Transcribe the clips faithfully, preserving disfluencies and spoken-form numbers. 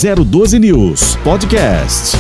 zero doze News Podcast.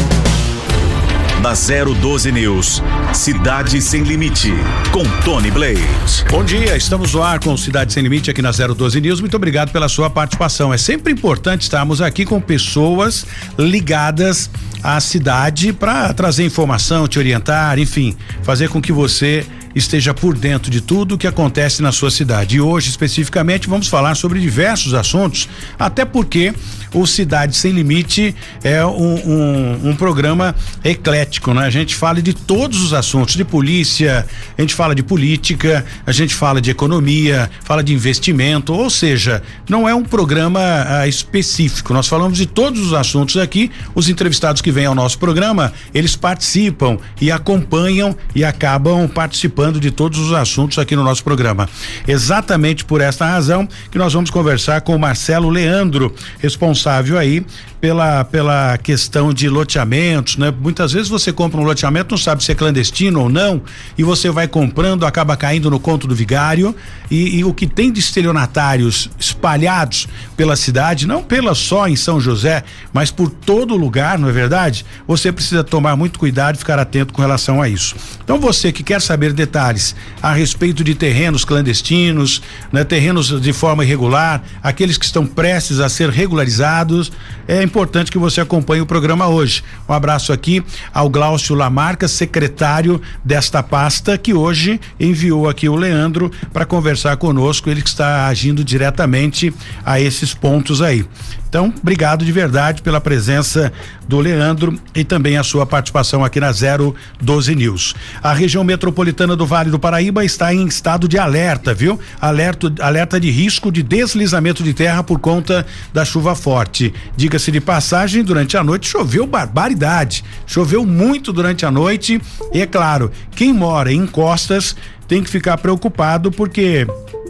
Na zero doze News, Cidade Sem Limite, com Tony Blade. Bom dia, estamos no ar com Cidade Sem Limite aqui na zero doze News. Muito obrigado pela sua participação. É sempre importante estarmos aqui com pessoas ligadas à cidade para trazer informação, te orientar, enfim, fazer com que você esteja por dentro de tudo o que acontece na sua cidade. E hoje, especificamente, vamos falar sobre diversos assuntos, até porque o Cidade Sem Limite é um, um, um programa eclético, né? A gente fala de todos os assuntos, de polícia, a gente fala de política, a gente fala de economia, fala de investimento, ou seja, não é um programa ah, específico, nós falamos de todos os assuntos aqui. Os entrevistados que vêm ao nosso programa, eles participam e acompanham e acabam participando de todos os assuntos aqui no nosso programa. Exatamente por esta razão que nós vamos conversar com o Marcelo Leandro, responsável aí pela pela questão de loteamentos, né? Muitas vezes você compra um loteamento, não sabe se é clandestino ou não, e você vai comprando, acaba caindo no conto do vigário, e, e o que tem de estelionatários espalhados pela cidade, não pela só em São José, mas por todo lugar, não é verdade? Você precisa tomar muito cuidado e ficar atento com relação a isso. Então você que quer saber detalhes a respeito de terrenos clandestinos, né, terrenos de forma irregular, aqueles que estão prestes a ser regularizados, é importante que você acompanhe o programa hoje. Um abraço aqui ao Glaucio Lamarca, secretário desta pasta, que hoje enviou aqui o Leandro para conversar conosco, ele que está agindo diretamente a esses pontos aí. Então, obrigado de verdade pela presença do Leandro e também a sua participação aqui na zero doze News. A região metropolitana do Vale do Paraíba está em estado de alerta, viu? Alerta, alerta de risco de deslizamento de terra por conta da chuva forte. Diga-se de passagem, durante a noite choveu barbaridade, choveu muito durante a noite e é claro, quem mora em costas tem que ficar preocupado porque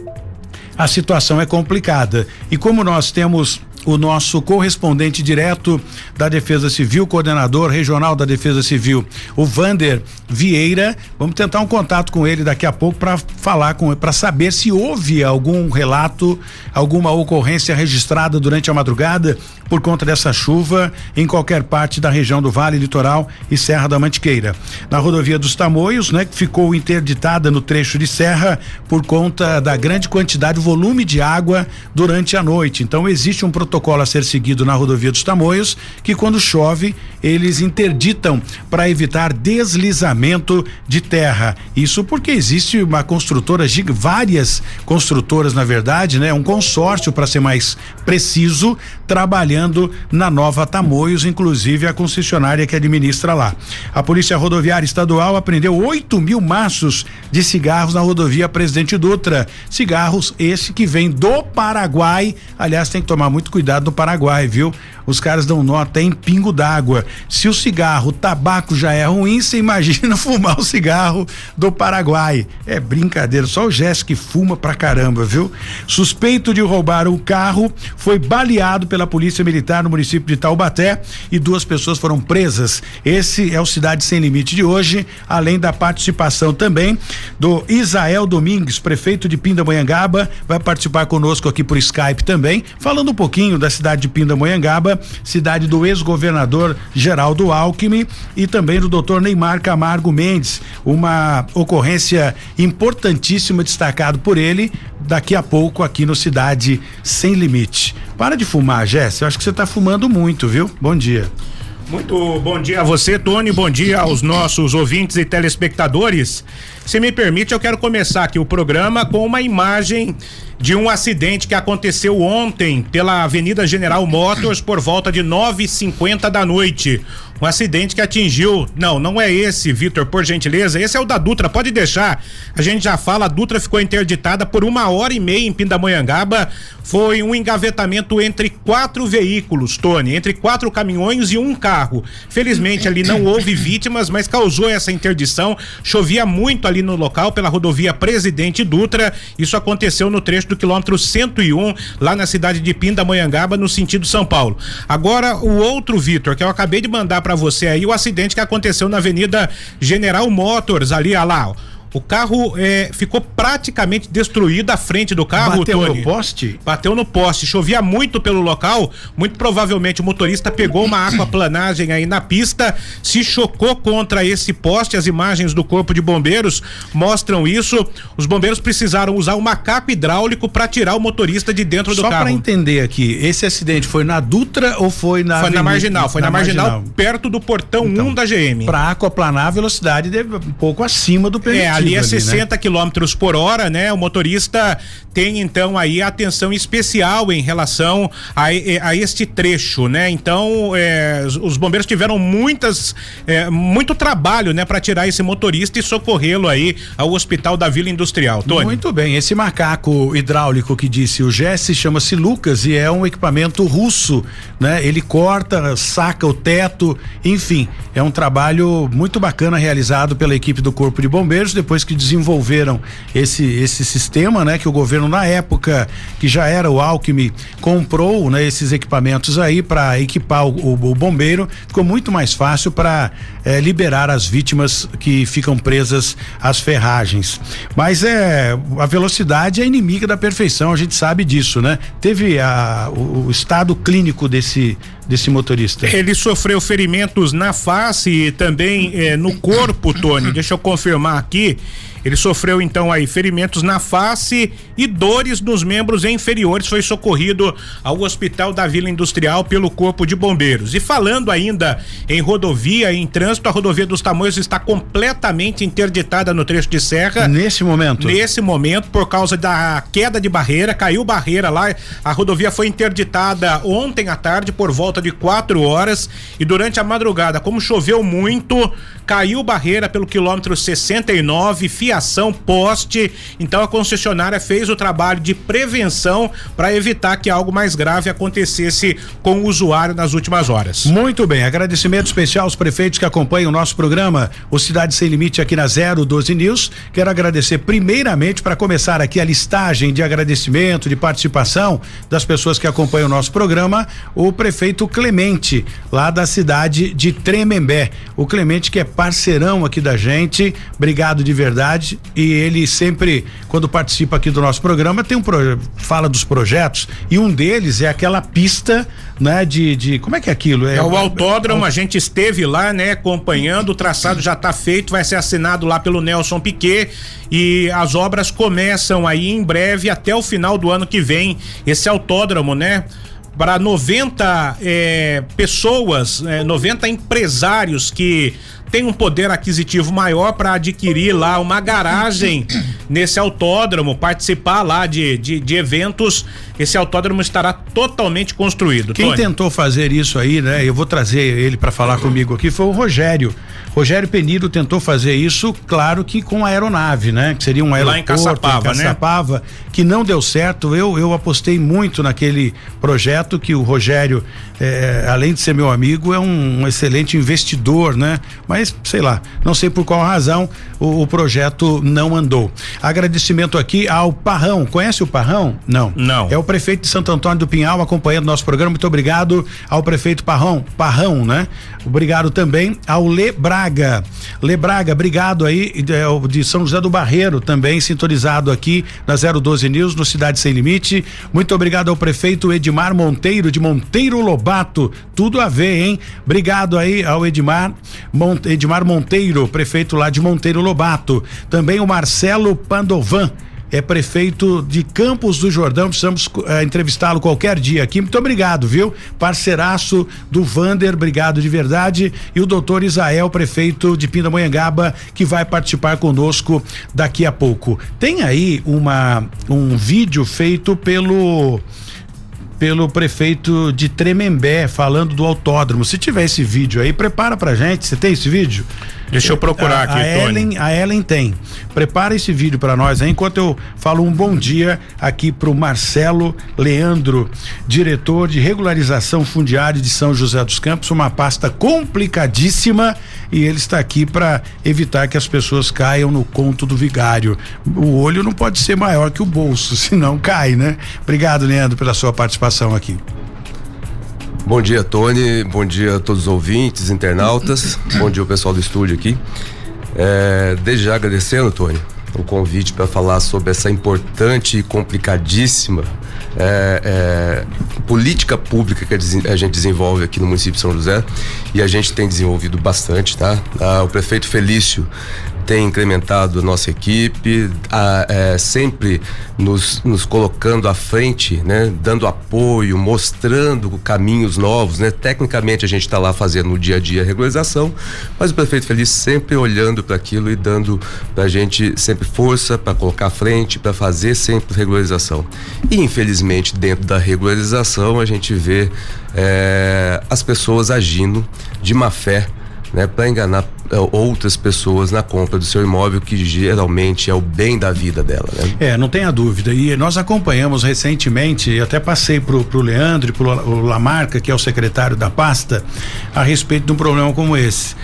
a situação é complicada. E como nós temos o nosso correspondente direto da Defesa Civil, coordenador regional da Defesa Civil, o Vander Vieira, vamos tentar um contato com ele daqui a pouco para falar com, para saber se houve algum relato, alguma ocorrência registrada durante a madrugada por conta dessa chuva em qualquer parte da região do Vale, Litoral e Serra da Mantiqueira. Na rodovia dos Tamoios, né, que ficou interditada no trecho de serra por conta da grande quantidade, volume de água durante a noite. Então existe um protocolo protocolo a ser seguido na rodovia dos Tamoios, que quando chove eles interditam para evitar deslizamento de terra. Isso porque existe uma construtora, várias construtoras na verdade, né? Um consórcio, para ser mais preciso, trabalhando na Nova Tamoios, inclusive a concessionária que administra lá. A Polícia Rodoviária Estadual apreendeu oito mil maços de cigarros na rodovia Presidente Dutra. Cigarros esse que vem do Paraguai. Aliás, tem que tomar muito cuidado Cuidado no Paraguai, viu? Os caras dão nó até em pingo d'água. Se o cigarro, o tabaco já é ruim, você imagina fumar o cigarro do Paraguai. É brincadeira, só o Jéssico que fuma pra caramba, viu? Suspeito de roubar um carro foi baleado pela Polícia Militar no município de Taubaté e duas pessoas foram presas. Esse é o Cidade Sem Limite de hoje, além da participação também do Isael Domingues, prefeito de Pindamonhangaba, vai participar conosco aqui por Skype também, falando um pouquinho da cidade de Pindamonhangaba, cidade do ex-governador Geraldo Alckmin e também do doutor Neymar Camargo Mendes, uma ocorrência importantíssima destacado por ele daqui a pouco aqui no Cidade Sem Limite. Para de fumar, Jéssica, eu acho que você está fumando muito, viu? Bom dia. Muito bom dia a você, Tony, bom dia aos nossos ouvintes e telespectadores. Se me permite, eu quero começar aqui o programa com uma imagem de um acidente que aconteceu ontem pela Avenida General Motors por volta de nove e cinquenta da noite. Um acidente que atingiu, não, não é esse, Vitor, por gentileza, esse é o da Dutra, pode deixar, a gente já fala, a Dutra ficou interditada por uma hora e meia em Pindamonhangaba, foi um engavetamento entre quatro veículos, Tony, entre quatro caminhões e um carro. Felizmente ali não houve vítimas, mas causou essa interdição, chovia muito ali no local pela rodovia Presidente Dutra, isso aconteceu no trecho do quilômetro cento e um, lá na cidade de Pindamonhangaba, no sentido São Paulo. Agora, o outro, Vitor, que eu acabei de mandar para você aí, o acidente que aconteceu na Avenida General Motors, ali, olha lá, O carro é, ficou praticamente destruído à frente do carro. Bateu Tony. no poste? Bateu no poste. Chovia muito pelo local. Muito provavelmente o motorista pegou uma aquaplanagem aí na pista, se chocou contra esse poste. As imagens do Corpo de Bombeiros mostram isso. Os bombeiros precisaram usar um macaco hidráulico para tirar o motorista de dentro do Só carro. Só para entender aqui, esse acidente foi na Dutra ou foi na Foi avenida? na Marginal, foi na, na marginal, marginal, perto do portão então, um da G M. Para aquaplanar, a velocidade deve um pouco acima do permitido. É, ali é ali, sessenta né? quilômetros por hora, né? O motorista tem então aí atenção especial em relação a, a este trecho, né? Então, é, os bombeiros tiveram muitas, é, muito trabalho, né? Para tirar esse motorista e socorrê-lo aí ao Hospital da Vila Industrial. Tony. Muito bem, esse macaco hidráulico que disse o Jesse chama-se Lucas e é um equipamento russo, né? Ele corta, saca o teto, enfim, é um trabalho muito bacana realizado pela equipe do Corpo de Bombeiros depois que desenvolveram esse esse sistema, né? Que o governo na época, que já era o Alckmin, comprou, né? Esses equipamentos aí para equipar o, o, o bombeiro, ficou muito mais fácil para eh, liberar as vítimas que ficam presas às ferragens. Mas é a velocidade é inimiga da perfeição, a gente sabe disso, né? Teve a, o, o estado clínico desse desse motorista. Ele sofreu ferimentos na face e também eh, no corpo, Tony. Deixa eu confirmar aqui. Ele sofreu então aí ferimentos na face e dores nos membros inferiores. Foi socorrido ao Hospital da Vila Industrial pelo Corpo de Bombeiros. E falando ainda em rodovia, em trânsito, a rodovia dos Tamoios está completamente interditada no trecho de serra. Nesse momento? Nesse momento, por causa da queda de barreira, caiu barreira lá. A rodovia foi interditada ontem à tarde por volta de quatro horas e durante a madrugada, como choveu muito, caiu barreira pelo quilômetro sessenta e nove, fiação, poste. Então a concessionária fez o trabalho de prevenção para evitar que algo mais grave acontecesse com o usuário nas últimas horas. Muito bem, agradecimento especial aos prefeitos que acompanham o nosso programa, o Cidade Sem Limite aqui na zero doze News. Quero agradecer primeiramente, para começar aqui a listagem de agradecimento, de participação das pessoas que acompanham o nosso programa, o prefeito Clemente, lá da cidade de Tremembé. O Clemente, que é parceirão aqui da gente, obrigado de verdade. E ele sempre, quando participa aqui do nosso programa, tem um pro, fala dos projetos e um deles é aquela pista, né, de, de como é que é aquilo? É, é o autódromo, é, a gente esteve lá, né, acompanhando, o traçado já está feito, vai ser assinado lá pelo Nelson Piquet e as obras começam aí em breve até o final do ano que vem. Esse autódromo, né, para noventa é, pessoas, é, noventa empresários que tem um poder aquisitivo maior para adquirir lá uma garagem nesse autódromo, participar lá de, de, de eventos. Esse autódromo estará totalmente construído. Quem Tony. tentou fazer isso aí, né? Eu vou trazer ele para falar comigo aqui, foi o Rogério. Rogério Penido tentou fazer isso, claro que com aeronave, né? Que seria um aeroporto lá em Caçapava, em Caçapava, né? Que não deu certo. Eu eu apostei muito naquele projeto que o Rogério, é, além de ser meu amigo, é um, um excelente investidor, né? Mas sei lá, não sei por qual razão o, o projeto não andou. Agradecimento aqui ao Parrão. Conhece o Parrão? Não. Não. É o prefeito de Santo Antônio do Pinhal acompanhando nosso programa. Muito obrigado ao prefeito Parrão, Parrão, né? Obrigado também ao Le Braga. Le Braga, obrigado aí de, de São José do Barreiro, também sintonizado aqui na zero doze News, no Cidade Sem Limite. Muito obrigado ao prefeito Edmar Monteiro, de Monteiro Lobato. Tudo a ver, hein? Obrigado aí ao Edmar, Mont, Edmar Monteiro, prefeito lá de Monteiro Lobato. Também o Marcelo Pandovan, é prefeito de Campos do Jordão. Precisamos uh, entrevistá-lo qualquer dia aqui. Muito obrigado, viu? Parceiraço do Vander, obrigado de verdade. E o doutor Isael, prefeito de Pindamonhangaba, que vai participar conosco daqui a pouco. Tem aí uma um vídeo feito pelo pelo prefeito de Tremembé falando do autódromo. Se tiver esse vídeo aí, prepara pra gente. Você tem esse vídeo? Deixa eu procurar a, aqui, a Tony. Ellen, a Ellen tem. Prepara esse vídeo para nós aí, enquanto eu falo um bom dia aqui pro Marcelo Leandro, diretor de regularização fundiária de São José dos Campos, uma pasta complicadíssima, e ele está aqui para evitar que as pessoas caiam no conto do vigário. O olho não pode ser maior que o bolso, senão cai, né? Obrigado, Leandro, pela sua participação aqui. Bom dia, Tony, bom dia a todos os ouvintes, internautas, bom dia o pessoal do estúdio aqui. É, desde já agradecendo, Tony, o convite para falar sobre essa importante e complicadíssima é, é, política pública que a gente desenvolve aqui no município de São José, e a gente tem desenvolvido bastante, tá? Ah, o prefeito Felício tem incrementado a nossa equipe, a, é, sempre nos, nos colocando à frente, né? Dando apoio, mostrando caminhos novos, né? Tecnicamente a gente está lá fazendo no dia a dia a regularização, mas o prefeito Feliz sempre olhando para aquilo e dando pra gente sempre força para colocar à frente, para fazer sempre regularização. E infelizmente dentro da regularização a gente vê é, as pessoas agindo de má fé, né, para enganar uh, outras pessoas na compra do seu imóvel, que geralmente é o bem da vida dela, né? É, não tenha dúvida. E nós acompanhamos recentemente, e até passei pro, pro Leandro e pro Lamarca, que é o secretário da pasta, a respeito de um problema como esse.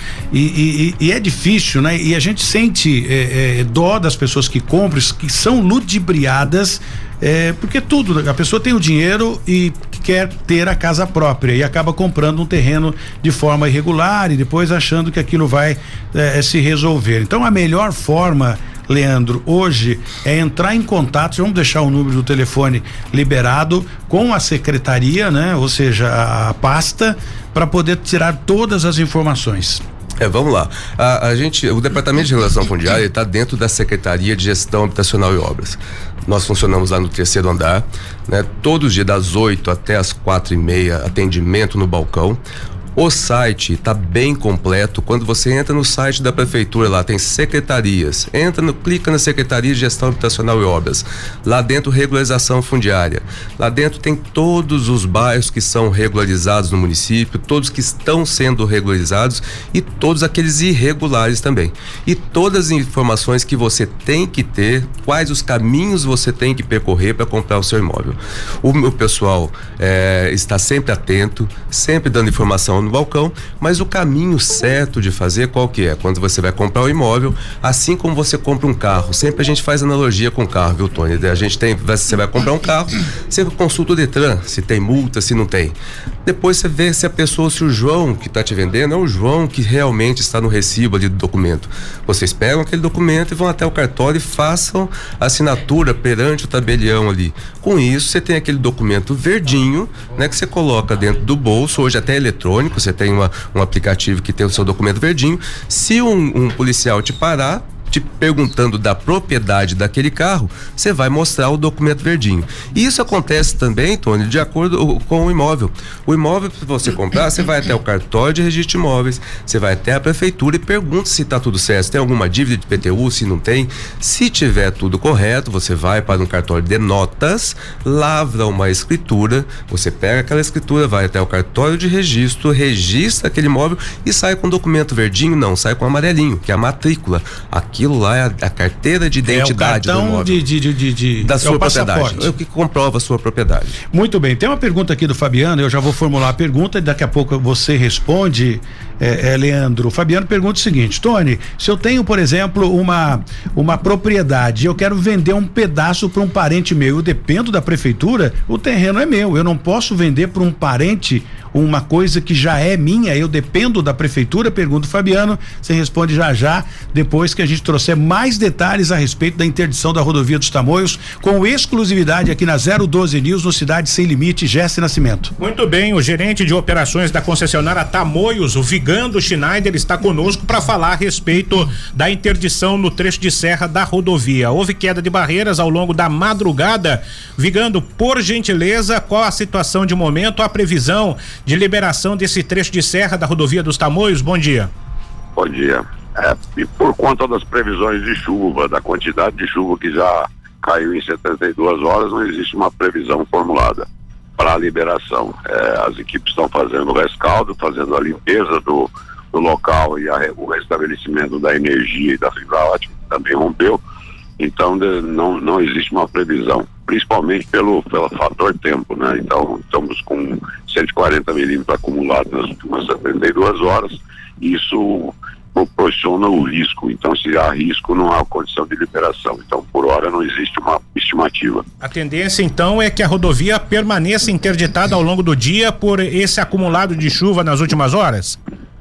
E, e, e é difícil, né? E a gente sente é, é, dó das pessoas que compram, que são ludibriadas. É, porque tudo, a pessoa tem o dinheiro e quer ter a casa própria e acaba comprando um terreno de forma irregular e depois achando que aquilo vai é, se resolver. Então a melhor forma, Leandro, hoje é entrar em contato, vamos deixar o número do telefone liberado com a secretaria, né? Ou seja, a, a pasta, para poder tirar todas as informações. É, vamos lá. A, a gente, o Departamento de Regulação Fundiária está dentro da Secretaria de Gestão Habitacional e Obras. Nós funcionamos lá no terceiro andar, né? Todos os dias das oito até as quatro e meia, atendimento no balcão. O site está bem completo. Quando você entra no site da prefeitura, lá tem secretarias. Entra no, clica na Secretaria de Gestão Habitacional e Obras. Lá dentro, regularização fundiária. Lá dentro tem todos os bairros que são regularizados no município, todos que estão sendo regularizados e todos aqueles irregulares também. E todas as informações que você tem que ter, quais os caminhos você tem que percorrer para comprar o seu imóvel. O meu pessoal é, está sempre atento, sempre dando informação no balcão, mas o caminho certo de fazer qual que é? Quando você vai comprar o imóvel, assim como você compra um carro, sempre a gente faz analogia com o carro, viu, Tony? A gente tem, você vai comprar um carro, você consulta o Detran, se tem multa, se não tem. Depois você vê se a pessoa, se o João que está te vendendo é o João que realmente está no recibo ali do documento. Vocês pegam aquele documento e vão até o cartório e façam a assinatura perante o tabelião ali. Com isso, você tem aquele documento verdinho, né, que você coloca dentro do bolso, hoje até eletrônico. Você tem uma, um aplicativo que tem o seu documento verdinho. Se um, um policial te parar, te perguntando da propriedade daquele carro, você vai mostrar o documento verdinho. E isso acontece também, Tony, de acordo com o imóvel. O imóvel, para você comprar, você vai até o cartório de registro de imóveis, você vai até a prefeitura e pergunta se está tudo certo, se tem alguma dívida de I P T U, se não tem. Se tiver tudo correto, você vai para um cartório de notas, lavra uma escritura, você pega aquela escritura, vai até o cartório de registro, registra aquele imóvel e sai com o documento verdinho, não, sai com amarelinho, que é a matrícula. Aqui Aquilo lá é a, a carteira de identidade é o do imóvel. De, de, de, de, da é sua o propriedade. É o que comprova a sua propriedade. Muito bem, tem uma pergunta aqui do Fabiano, eu já vou formular a pergunta e daqui a pouco você responde, é, é, Leandro. O Fabiano pergunta o seguinte: Tony, se eu tenho, por exemplo, uma, uma propriedade e eu quero vender um pedaço para um parente meu, eu dependo da prefeitura, o terreno é meu, eu não posso vender para um parente uma coisa que já é minha, eu dependo da prefeitura? Pergunta o Fabiano, você responde já já, depois que a gente trouxer mais detalhes a respeito da interdição da rodovia dos Tamoios, com exclusividade aqui na zero doze News, no Cidade Sem Limite, Jesse Nascimento. Muito bem, o gerente de operações da concessionária Tamoios, o Vigando Schneider, está conosco para falar a respeito da interdição no trecho de serra da rodovia. Houve queda de barreiras ao longo da madrugada. Vigando, por gentileza, qual a situação de momento, a previsão de liberação desse trecho de serra da rodovia dos Tamoios? Bom dia. Bom dia. É, e por conta das previsões de chuva, da quantidade de chuva que já caiu em setenta e duas horas, não existe uma previsão formulada para a liberação. É, as equipes estão fazendo o rescaldo, fazendo a limpeza do, do local e a, o restabelecimento da energia e da fibra ótica, que também rompeu. Então de, não, não existe uma previsão, principalmente pelo, pelo fator tempo, né? Então estamos com cento e quarenta milímetros acumulados nas últimas setenta e duas horas, e isso proporciona o risco. Então, se há risco, não há condição de liberação. Então, por hora, não existe uma estimativa. A tendência, então, é que a rodovia permaneça interditada ao longo do dia por esse acumulado de chuva nas últimas horas?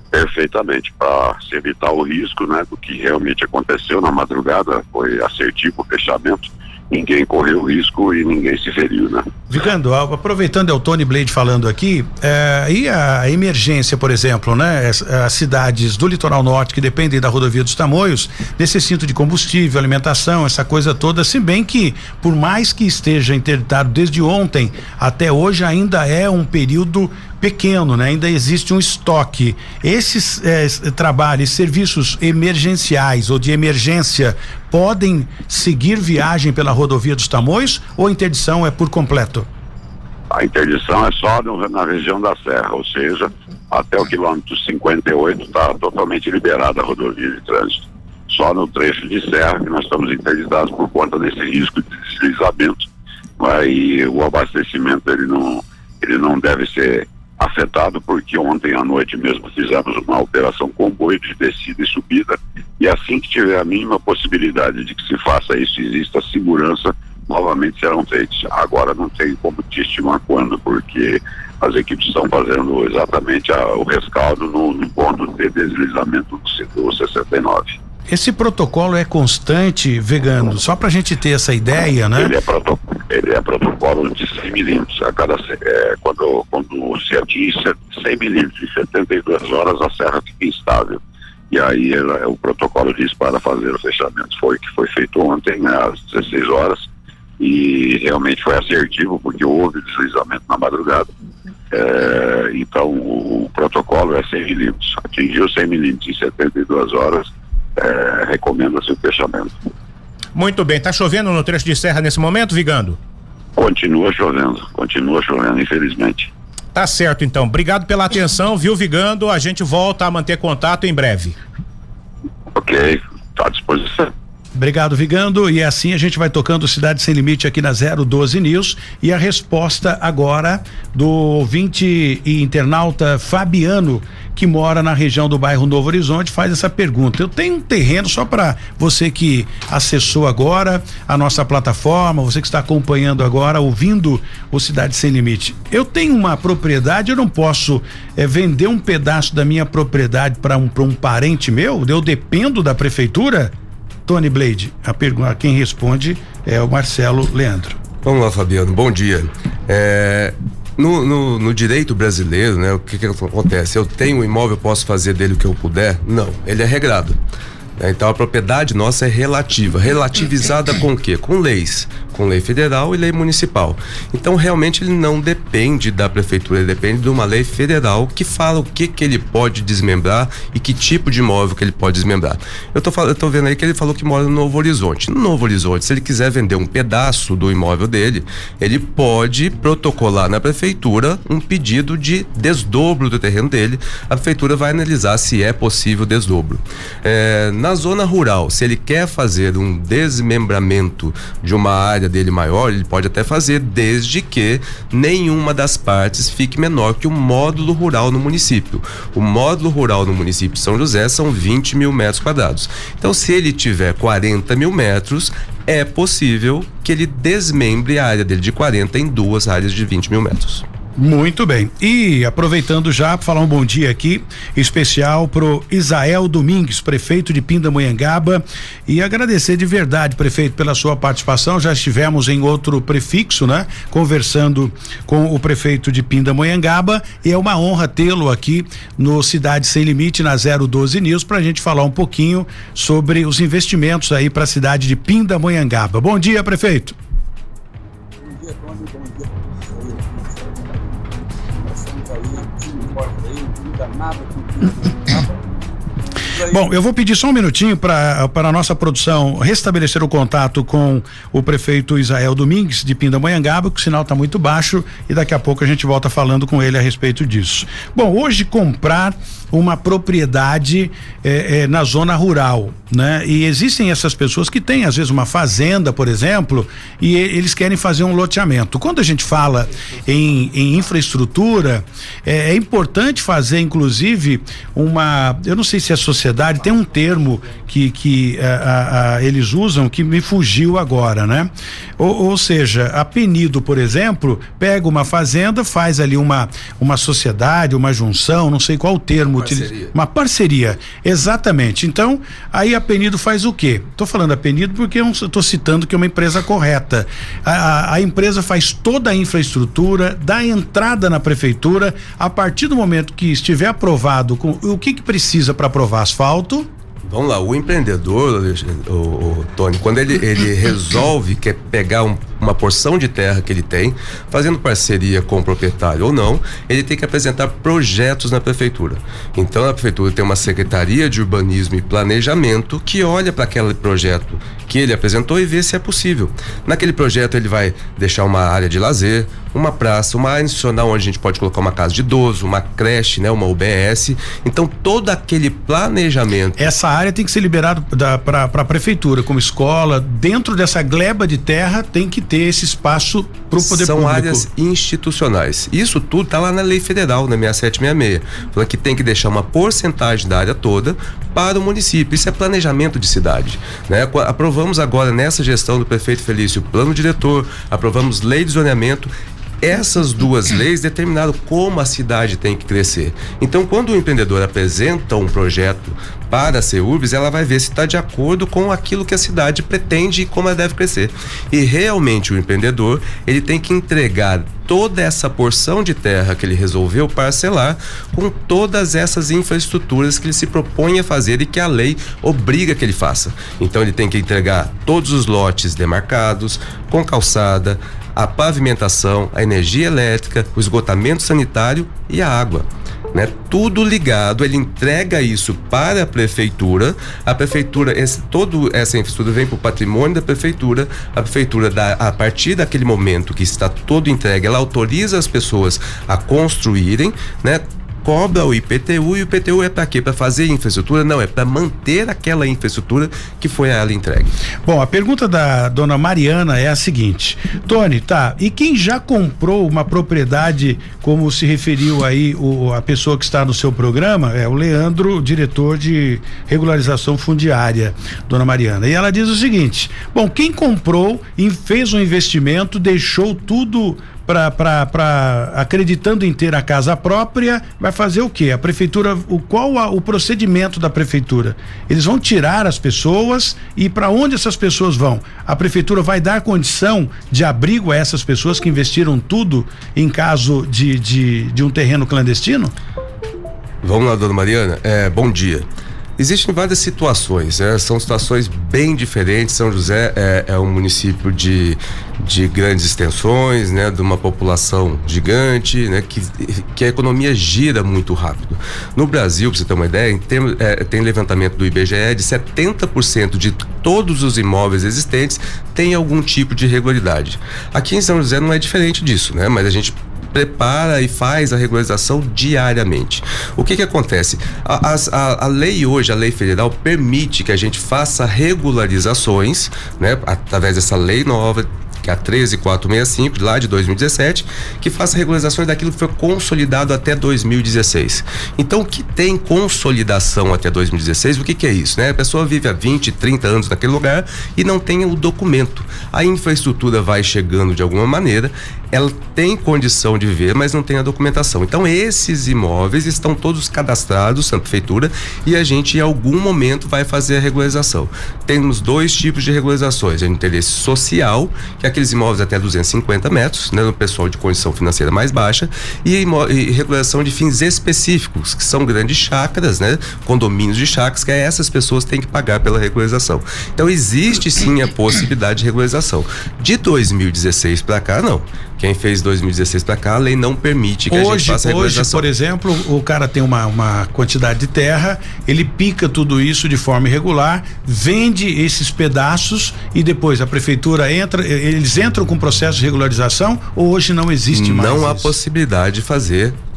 Perfeitamente, para se evitar o risco, né, do que realmente aconteceu na madrugada, foi assertivo o fechamento, ninguém correu risco e ninguém se feriu, né? Vigando, aproveitando é o Tony Blade falando aqui, é, e a emergência, por exemplo, né? As, as cidades do litoral norte que dependem da rodovia dos Tamoios necessitam de combustível, alimentação, essa coisa toda, se bem que, por mais que esteja interditado desde ontem até hoje, ainda é um período pequeno, né? Ainda existe um estoque. Esses eh, trabalhos, serviços emergenciais ou de emergência podem seguir viagem pela rodovia dos Tamoios ou a interdição é por completo? A interdição é só no, na região da Serra, ou seja, até o quilômetro cinquenta e oito está totalmente liberada a rodovia de trânsito. Só no trecho de Serra que nós estamos interditados por conta desse risco de deslizamento. Aí o abastecimento ele não, ele não deve ser afetado, porque ontem à noite mesmo fizemos uma operação comboio de descida e subida, e assim que tiver a mínima possibilidade de que se faça isso, exista segurança, novamente serão feitos. Agora não tem como te estimar quando, porque as equipes estão fazendo exatamente a, o rescaldo no, no ponto de deslizamento do, do sessenta e nove. Esse protocolo é constante, Vegano? Só pra gente ter essa ideia, né? Ele é, proto, ele é protocolo de cem milímetros. A cada, é, quando, quando se atinge cem milímetros em setenta e duas horas, a serra fica instável. E aí ela, o protocolo diz para fazer o fechamento. Foi que foi feito ontem, né, às dezesseis horas, e realmente foi assertivo, porque houve deslizamento na madrugada. É, então o, o protocolo é cem milímetros. Atingiu cem milímetros em setenta e duas horas, É, recomenda-se o fechamento. Muito bem, tá chovendo no trecho de serra nesse momento, Vigando? Continua chovendo, continua chovendo, infelizmente. Tá certo, então, obrigado pela atenção, viu, Vigando? A gente volta a manter contato em breve. Ok, tá à disposição. Obrigado, Vigando, e assim a gente vai tocando Cidade Sem Limite aqui na zero doze News, e a resposta agora do ouvinte e internauta Fabiano, que mora na região do bairro Novo Horizonte, faz essa pergunta. Eu tenho um terreno, só para você que acessou agora a nossa plataforma, você que está acompanhando agora, ouvindo o Cidade Sem Limite. Eu tenho uma propriedade, eu não posso é, vender um pedaço da minha propriedade para um, para um parente meu? Eu dependo da prefeitura? Tony Blade, a pergunta, quem responde é o Marcelo Leandro. Vamos lá, Fabiano, bom dia. É, no, no, no direito brasileiro, né, o que que acontece? Eu tenho um imóvel, eu posso fazer dele o que eu puder? Não, ele é regrado. Então a propriedade nossa é relativa, relativizada com o quê? Com leis, com lei federal e lei municipal. Então realmente ele não depende da prefeitura, ele depende de uma lei federal que fala o que que ele pode desmembrar e que tipo de imóvel que ele pode desmembrar. Eu tô, eu tô vendo aí que ele falou que mora no Novo Horizonte. No Novo Horizonte, se ele quiser vender um pedaço do imóvel dele, ele pode protocolar na prefeitura um pedido de desdobro do terreno dele. A prefeitura vai analisar se é possível desdobro. É, na zona rural, se ele quer fazer um desmembramento de uma área dele maior, ele pode até fazer, desde que nenhuma das partes fique menor que o módulo rural no município. O módulo rural no município de São José são vinte mil metros quadrados. Então, se ele tiver quarenta mil metros, é possível que ele desmembre a área dele de quarenta em duas áreas de vinte mil metros. Muito bem. E aproveitando já para falar um bom dia aqui, especial pro Isael Domingues, prefeito de Pindamonhangaba, e agradecer de verdade, prefeito, pela sua participação. Já estivemos em outro prefixo, né? Conversando com o prefeito de Pindamonhangaba, e é uma honra tê-lo aqui no Cidade Sem Limite, na zero doze News, pra gente falar um pouquinho sobre os investimentos aí para a cidade de Pindamonhangaba. Bom dia, prefeito. Bom dia, Tony. Bom dia. Bom, eu vou pedir só um minutinho para para a nossa produção restabelecer o contato com o prefeito Isael Domingues de Pindamonhangaba, que o sinal está muito baixo, e daqui a pouco a gente volta falando com ele a respeito disso. Bom, hoje comprar uma propriedade eh, eh, na zona rural, né? E existem essas pessoas que têm às vezes uma fazenda, por exemplo, e eles querem fazer um loteamento. Quando a gente fala em, em infraestrutura, eh, é importante fazer inclusive uma, eu não sei se é sociedade sociedade, tem um termo que, que a, a, eles usam que me fugiu agora, né? Ou, ou seja, a Penido, por exemplo, pega uma fazenda, faz ali uma, uma sociedade, uma junção, não sei qual o termo, Parceria. uma parceria, exatamente. Então, aí a Penido faz o quê? Tô falando a Penido porque eu tô citando que é uma empresa correta. A, a, a empresa faz toda a infraestrutura, dá entrada na prefeitura, a partir do momento que estiver aprovado, com, o que que precisa para aprovar? Asfalto? Vamos lá, o empreendedor, o, o Tony, quando ele, ele resolve quer pegar um, uma porção de terra que ele tem, fazendo parceria com o proprietário ou não, ele tem que apresentar projetos na prefeitura. Então a prefeitura tem uma secretaria de urbanismo e planejamento que olha para aquele projeto que ele apresentou e vê se é possível. Naquele projeto ele vai deixar uma área de lazer, uma praça, uma área institucional onde a gente pode colocar uma casa de idoso, uma creche, né, uma U B S. Então todo aquele planejamento. Essa área tem que ser liberada para a prefeitura, como escola. Dentro dessa gleba de terra tem que ter esse espaço para o poder São público. áreas institucionais. Isso tudo está lá na lei federal, na sessenta e sete sessenta e seis. Fala que tem que deixar uma porcentagem da área toda para o município. Isso é planejamento de cidade, né? Aprovamos agora nessa gestão do prefeito Felício o plano diretor, aprovamos lei de zoneamento. Essas duas leis determinaram como a cidade tem que crescer. Então, quando o empreendedor apresenta um projeto para a CEURBS, ela vai ver se está de acordo com aquilo que a cidade pretende e como ela deve crescer. E realmente o empreendedor, ele tem que entregar toda essa porção de terra que ele resolveu parcelar com todas essas infraestruturas que ele se propõe a fazer e que a lei obriga que ele faça. Então ele tem que entregar todos os lotes demarcados, com calçada, a pavimentação, a energia elétrica, o esgotamento sanitário e a água, né? Tudo ligado, ele entrega isso para a prefeitura, a prefeitura, esse, toda essa infraestrutura vem para o patrimônio da prefeitura, a prefeitura dá, a partir daquele momento que está todo entregue, ela autoriza as pessoas a construírem, né? Cobra o I P T U, e o I P T U é para quê? Para fazer infraestrutura? Não, é para manter aquela infraestrutura que foi a ela entregue. Bom, a pergunta da dona Mariana é a seguinte: Tony, tá, e quem já comprou uma propriedade, como se referiu aí o, a pessoa que está no seu programa, é o Leandro, diretor de regularização fundiária, dona Mariana, e ela diz o seguinte: bom, quem comprou e fez um investimento, deixou tudo para acreditando em ter a casa própria, vai fazer o quê? A prefeitura, o qual a, o procedimento da prefeitura? Eles vão tirar as pessoas, e para onde essas pessoas vão? A prefeitura vai dar condição de abrigo a essas pessoas que investiram tudo em caso de, de, de um terreno clandestino? Vamos lá, dona Mariana, é, bom dia. Existem várias situações, né? São situações bem diferentes. São José é, é um município de, de grandes extensões, né? De uma população gigante, né? Que, que a economia gira muito rápido. No Brasil, para você ter uma ideia, tem, é, tem levantamento do I B G E de setenta por cento de todos os imóveis existentes tem algum tipo de irregularidade. Aqui em São José não é diferente disso, né? Mas a gente prepara e faz a regularização diariamente. O que que acontece? A, a, a lei hoje, a lei federal, permite que a gente faça regularizações, né? Através dessa lei nova, que é a treze mil quatrocentos e sessenta e cinco, lá de dois mil e dezessete, que faça regularizações daquilo que foi consolidado até dois mil e dezesseis. Então, o que tem consolidação até dois mil e dezesseis, o que que é isso, né? A pessoa vive há vinte, trinta anos naquele lugar e não tem o documento. A infraestrutura vai chegando de alguma maneira, ela tem condição de viver, mas não tem a documentação. Então, esses imóveis estão todos cadastrados na prefeitura e a gente, em algum momento, vai fazer a regularização. Temos dois tipos de regularizações: a de interesse social, que é aqueles imóveis até duzentos e cinquenta metros, né, no pessoal de condição financeira mais baixa, e, e regularização de fins específicos, que são grandes chácaras, né, condomínios de chácaras, que essas pessoas têm que pagar pela regularização. Então, existe sim a possibilidade de regularização. De dois mil e dezesseis para cá, não. Quem fez dois mil e dezesseis para cá, a lei não permite que hoje, a gente faça a regularização. Hoje, por exemplo, o cara tem uma, uma quantidade de terra, ele pica tudo isso de forma irregular, vende esses pedaços e depois a prefeitura entra, eles entram com processo de regularização, ou hoje não existe mais Não há isso? possibilidade de fazer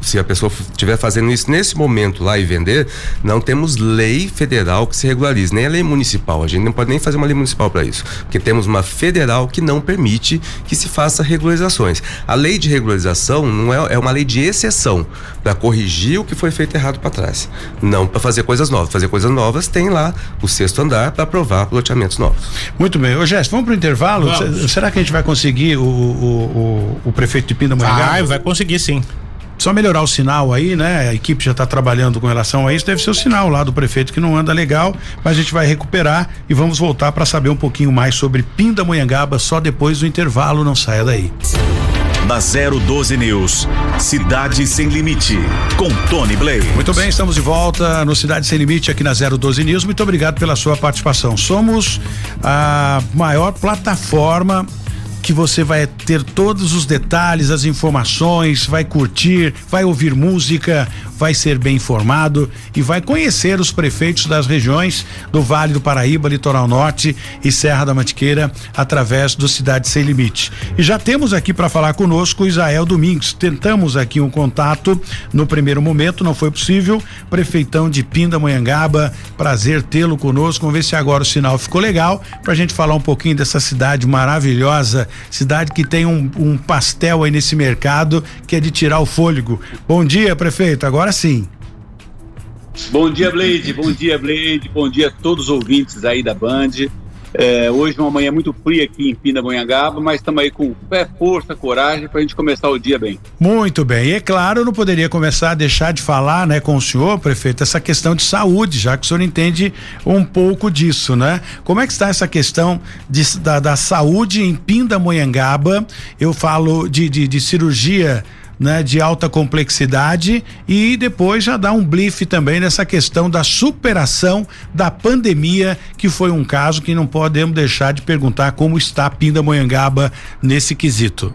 se a pessoa estiver fazendo isso nesse momento lá e vender, não temos lei federal que se regularize, nem a lei municipal. A gente não pode nem fazer uma lei municipal para isso, porque temos uma federal que não permite que se faça regularizações. A lei de regularização não é, é uma lei de exceção para corrigir o que foi feito errado para trás, não para fazer coisas novas. Fazer coisas novas tem lá o sexto andar para aprovar loteamentos novos. Muito bem. Ô Gesto, vamos pro intervalo? Vamos. Será que a gente vai conseguir o, o, o, o prefeito de Pindamonhangaba? Ah, vai conseguir sim. Só melhorar o sinal aí, né? A equipe já está trabalhando com relação a isso. Deve ser o sinal lá do prefeito que não anda legal, mas a gente vai recuperar e vamos voltar para saber um pouquinho mais sobre Pindamonhangaba só depois do intervalo. Não saia daí. Na zero doze News, Cidade Sem Limite, com Tony Blade. Muito bem, estamos de volta no Cidade Sem Limite aqui na zero doze News. Muito obrigado pela sua participação. Somos a maior plataforma que você vai ter todos os detalhes, as informações, vai curtir, vai ouvir música, vai ser bem informado e vai conhecer os prefeitos das regiões do Vale do Paraíba, Litoral Norte e Serra da Mantiqueira através do Cidade Sem Limite. E já temos aqui para falar conosco o Isael Domingos. Tentamos aqui um contato no primeiro momento, não foi possível. Prefeitão de Pindamonhangaba, prazer tê-lo conosco. Vamos ver se agora o sinal ficou legal pra gente falar um pouquinho dessa cidade maravilhosa, cidade que tem um, um pastel aí nesse mercado que é de tirar o fôlego. Bom dia, prefeito. Agora sim. Bom dia, Blade. Bom dia, Blade. Bom dia a todos os ouvintes aí da Band. É, hoje uma manhã muito fria aqui em Pindamonhangaba, mas estamos aí com fé, força, coragem para a gente começar o dia bem. Muito bem. E é claro, eu não poderia começar a deixar de falar, né, com o senhor, prefeito, essa questão de saúde, já que o senhor entende um pouco disso, né? Como é que está essa questão de, da, da saúde em Pindamonhangaba? Eu falo de, de, de cirurgia, né, de alta complexidade, e depois já dá um blife também nessa questão da superação da pandemia, que foi um caso que não podemos deixar de perguntar como está Pindamonhangaba nesse quesito.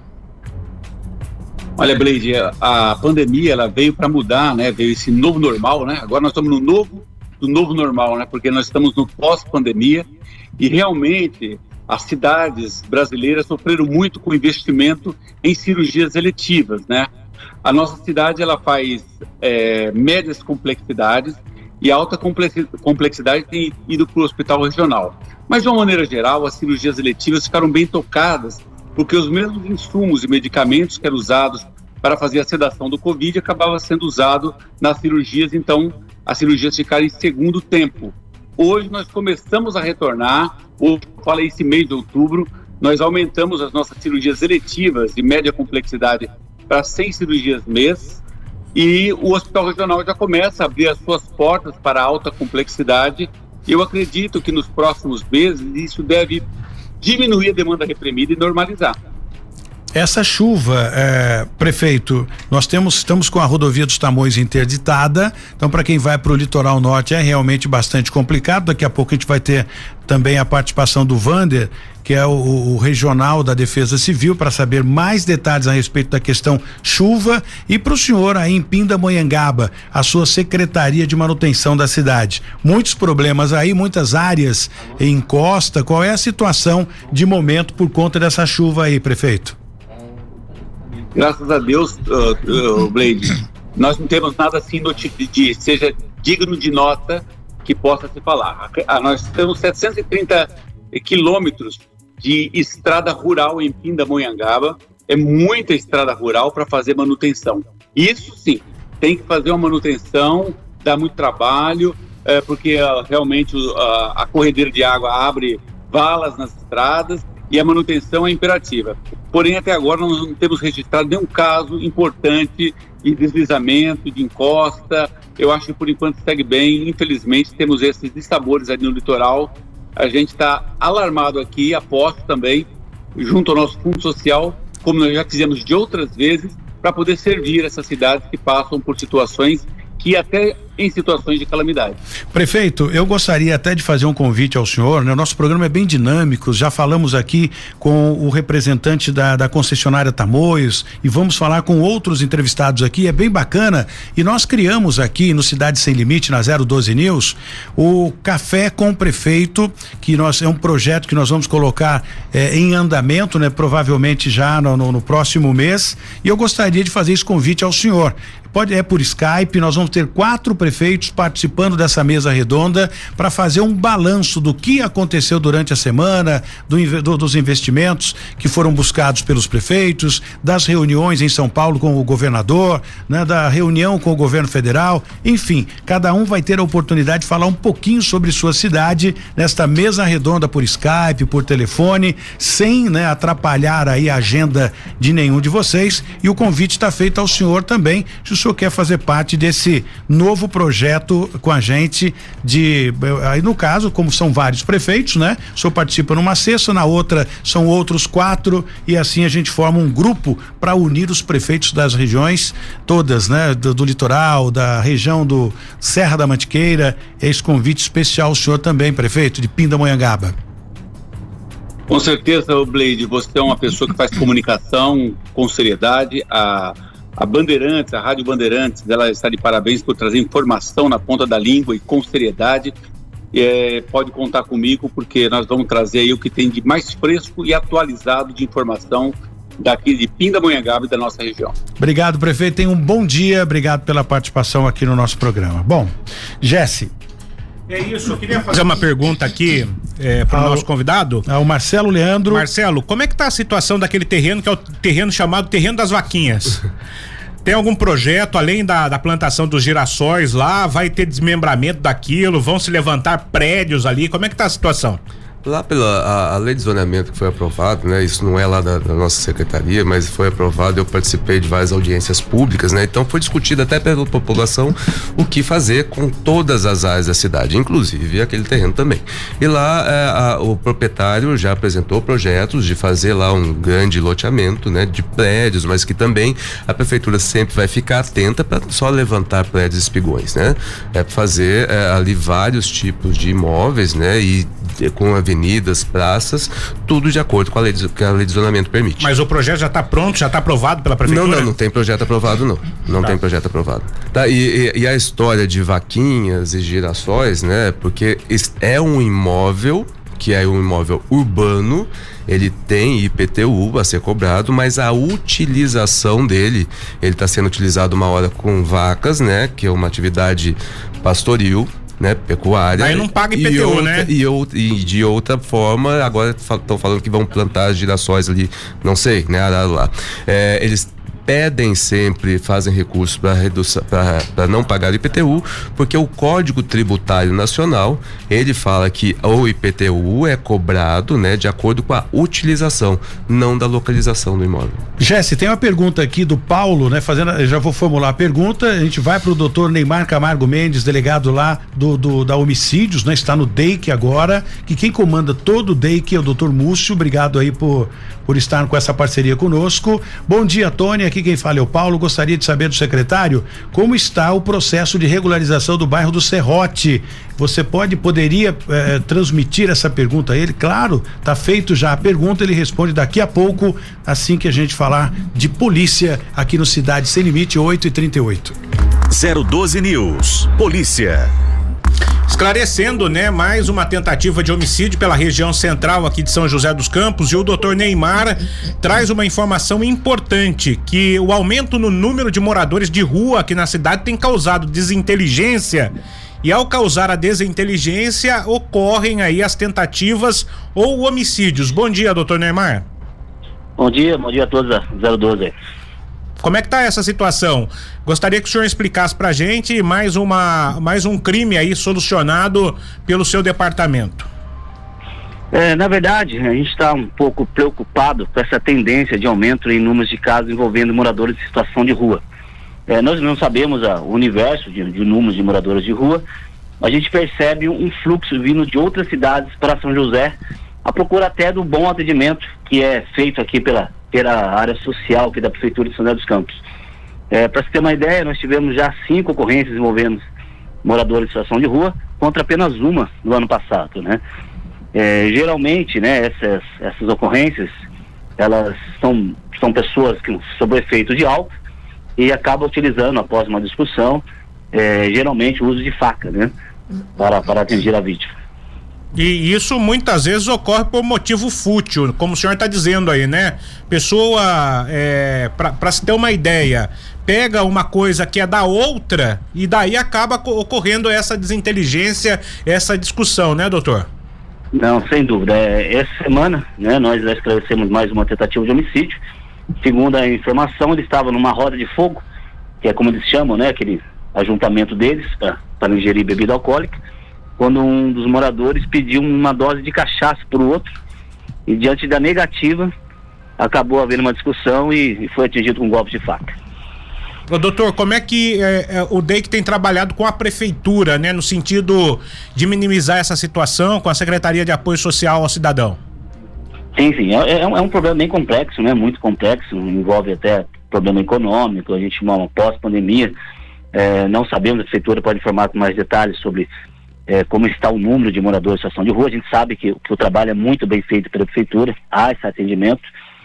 Olha, Blade, a, a pandemia ela veio para mudar, né? Veio esse novo normal, né? Agora nós estamos no novo do novo normal, né? Porque nós estamos no pós-pandemia e realmente as cidades brasileiras sofreram muito com o investimento em cirurgias eletivas, né? A nossa cidade, ela faz é, médias complexidades e alta complexidade tem ido para o hospital regional. Mas, de uma maneira geral, as cirurgias eletivas ficaram bem tocadas, porque os mesmos insumos e medicamentos que eram usados para fazer a sedação do Covid acabavam sendo usados nas cirurgias, então as cirurgias ficaram em segundo tempo. Hoje nós começamos a retornar, hoje, falei esse mês de outubro, nós aumentamos as nossas cirurgias eletivas de média complexidade para cem cirurgias mês, e o Hospital Regional já começa a abrir as suas portas para alta complexidade. Eu acredito que nos próximos meses isso deve diminuir a demanda reprimida e normalizar. Essa chuva, é, prefeito, nós temos, estamos com a rodovia dos Tamoios interditada, então para quem vai para o litoral norte é realmente bastante complicado. Daqui a pouco a gente vai ter também a participação do Vander, que é o, o regional da Defesa Civil, para saber mais detalhes a respeito da questão chuva. E para o senhor aí em Pindamonhangaba, a sua Secretaria de Manutenção da cidade, muitos problemas aí, muitas áreas em costa. Qual é a situação de momento por conta dessa chuva aí, prefeito? Graças a Deus, uh, uh, Blade, nós não temos nada assim de, de seja digno de nota que possa se falar. Ah, nós temos setecentos e trinta quilômetros de estrada rural em Pindamonhangaba, é muita estrada rural para fazer manutenção. Isso sim, tem que fazer uma manutenção, dá muito trabalho, é, porque uh, realmente uh, a corredeira de água abre valas nas estradas, e a manutenção é imperativa. Porém, até agora nós não temos registrado nenhum caso importante de deslizamento, de encosta. Eu acho que por enquanto segue bem. Infelizmente temos esses dissabores ali no litoral. A gente está alarmado aqui, aposto também, junto ao nosso fundo social, como nós já fizemos de outras vezes, para poder servir essas cidades que passam por situações que até em situações de calamidade. Prefeito, eu gostaria até de fazer um convite ao senhor, né? O nosso programa é bem dinâmico, já falamos aqui com o representante da, da concessionária Tamoios e vamos falar com outros entrevistados aqui, é bem bacana, e nós criamos aqui no Cidade Sem Limite, na zero doze News, o Café com o Prefeito, que nós, é um projeto que nós vamos colocar é, em andamento, né? Provavelmente já no, no, no próximo mês, e eu gostaria de fazer esse convite ao senhor. pode é por Skype. Nós vamos ter quatro prefeitos participando dessa mesa redonda para fazer um balanço do que aconteceu durante a semana, do, do, dos investimentos que foram buscados pelos prefeitos, das reuniões em São Paulo com o governador, né, da reunião com o governo federal, enfim, cada um vai ter a oportunidade de falar um pouquinho sobre sua cidade nesta mesa redonda por Skype, por telefone, sem, né, atrapalhar aí a agenda de nenhum de vocês, e o convite está feito ao senhor também, se o senhor quer fazer parte desse novo projeto com a gente de, aí no caso, como são vários prefeitos, né? O senhor participa numa cesta, na outra são outros quatro, e assim a gente forma um grupo para unir os prefeitos das regiões todas, né? Do, do litoral, da região do Serra da Mantiqueira. Esse convite especial ao senhor também, prefeito de Pindamonhangaba. Com certeza, Blade, você é uma pessoa que faz comunicação com seriedade. A, a Bandeirantes, a Rádio Bandeirantes, ela está de parabéns por trazer informação na ponta da língua e com seriedade. É, pode contar comigo, porque nós vamos trazer aí o que tem de mais fresco e atualizado de informação daqui de Pindamonhangaba e da nossa região. Obrigado, prefeito. Tenha um bom dia. Obrigado pela participação aqui no nosso programa. Bom, Jesse. É isso, eu queria fazer uma pergunta aqui é, para o nosso convidado. Ao Marcelo Leandro. Marcelo, como é que tá a situação daquele terreno que é o terreno chamado Terreno das Vaquinhas? Tem algum projeto, além da, da plantação dos girassóis lá, vai ter desmembramento daquilo, vão se levantar prédios ali, como é que tá a situação? Lá pela a, a lei de zoneamento que foi aprovada, né? Isso não é lá da, da nossa secretaria, mas foi aprovado. Eu participei de várias audiências públicas, né? Então foi discutido até pela população o que fazer com todas as áreas da cidade, inclusive aquele terreno também. E lá é, a, o proprietário já apresentou projetos de fazer lá um grande loteamento, né? De prédios, mas que também a prefeitura sempre vai ficar atenta para só levantar prédios espigões, né? É fazer é, ali vários tipos de imóveis, né? E com avenidas, praças, tudo de acordo com a lei de, que a lei de zonamento permite. Mas o projeto já está pronto, já está aprovado pela prefeitura? Não, não, não tem projeto aprovado, não. Não tá. tem projeto aprovado. Tá, e, e, e a história de vaquinhas e girassóis, né? Porque é um imóvel que é um imóvel urbano, ele tem I P T U a ser cobrado, mas a utilização dele, ele está sendo utilizado uma hora com vacas, né? Que é uma atividade pastoril, né, pecuária. Aí não paga I P T U, e outra, né? E, ou, e de outra forma, agora estão falando que vão plantar girassóis ali, não sei, né, lá. É, eles pedem sempre, fazem recursos para não pagar o I P T U, porque o Código Tributário Nacional, ele fala que o I P T U é cobrado, né, de acordo com a utilização, não da localização do imóvel. Jesse, tem uma pergunta aqui do Paulo, né, fazendo, eu já vou formular a pergunta, a gente vai para o doutor Neymar Camargo Mendes, delegado lá do, do da Homicídios, né, está no D E I C agora, que quem comanda todo o D E I C é o doutor Múcio. Obrigado aí por, por estar com essa parceria conosco. Bom dia, Tony, aqui quem fala é o Paulo. Gostaria de saber do secretário como está o processo de regularização do bairro do Serrote. Você pode, poderia eh, transmitir essa pergunta a ele? Claro, tá feito já a pergunta, ele responde daqui a pouco, assim que a gente falar de polícia aqui no Cidade Sem Limite, oito e trinta e oito. zero doze News, Polícia. Esclarecendo, né, mais uma tentativa de homicídio pela região central aqui de São José dos Campos, e o doutor Neymar traz uma informação importante, que o aumento no número de moradores de rua aqui na cidade tem causado desinteligência, e ao causar a desinteligência ocorrem aí as tentativas ou homicídios. Bom dia, doutor Neymar. Bom dia, bom dia a todos da zero doze. Como é que tá essa situação? Gostaria que o senhor explicasse pra gente mais uma, mais um crime aí solucionado pelo seu departamento. É, na verdade, a gente está um pouco preocupado com essa tendência de aumento em números de casos envolvendo moradores em situação de rua. É, nós não sabemos a, o universo de, de números de moradores de rua. A gente percebe um fluxo vindo de outras cidades para São José, a procura até do bom atendimento que é feito aqui pela, pela área social aqui da Prefeitura de São José dos Campos. É, para se ter uma ideia, nós tivemos já cinco ocorrências envolvendo moradores em situação de rua, contra apenas uma no ano passado, né? É, geralmente, né, essas, essas ocorrências, elas são, são pessoas que sob o efeito de álcool e acabam utilizando, após uma discussão, é, geralmente o uso de faca, né, para, para atingir a vítima. E isso muitas vezes ocorre por motivo fútil, como o senhor está dizendo aí, né? Pessoa, é, para se ter uma ideia, pega uma coisa que é da outra e daí acaba ocorrendo essa desinteligência, essa discussão, né, doutor? Não, sem dúvida. É, essa semana, né, nós já esclarecemos mais uma tentativa de homicídio. Segundo a informação, ele estava numa roda de fogo, que é como eles chamam, né, aquele ajuntamento deles para ingerir bebida alcoólica, quando um dos moradores pediu uma dose de cachaça para o outro e, diante da negativa, acabou havendo uma discussão e, e foi atingido com um golpe de faca. Ô, doutor, como é que é, é, o D E I C tem trabalhado com a prefeitura, né, no sentido de minimizar essa situação, com a Secretaria de Apoio Social ao Cidadão? Sim, sim, é, é, um, é um problema bem complexo, né, muito complexo, envolve até problema econômico, a gente uma pós-pandemia, é, não sabemos, a prefeitura pode informar com mais detalhes sobre é, como está o número de moradores em situação de rua. A gente sabe que, que o trabalho é muito bem feito pela prefeitura, há esse atendimento,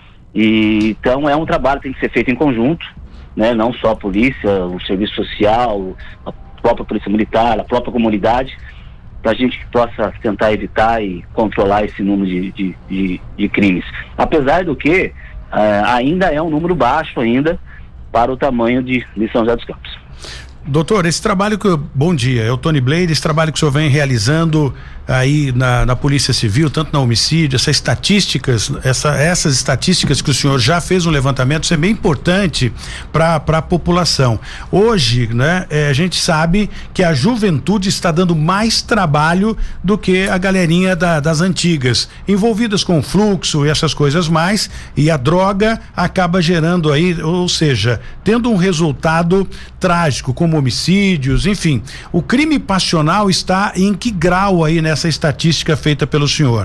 e então é um trabalho que tem que ser feito em conjunto, né, não só a polícia, o serviço social, a própria polícia militar, a própria comunidade, para a gente que possa tentar evitar e controlar esse número de, de, de, de crimes. Apesar do que, uh, ainda é um número baixo ainda para o tamanho de, de São José dos Campos. Doutor, esse trabalho que eu, bom dia, é o Tony Blade, esse trabalho que o senhor vem realizando aí na, na Polícia Civil, tanto na homicídio, essas estatísticas, essa, essas estatísticas que o senhor já fez um levantamento, isso é bem importante para para a população. Hoje, né, é, a gente sabe que a juventude está dando mais trabalho do que a galerinha da, das antigas, envolvidas com fluxo e essas coisas mais, e a droga acaba gerando aí, ou seja, tendo um resultado trágico, como homicídios, enfim. O crime passional está em que grau aí nessa estatística feita pelo senhor?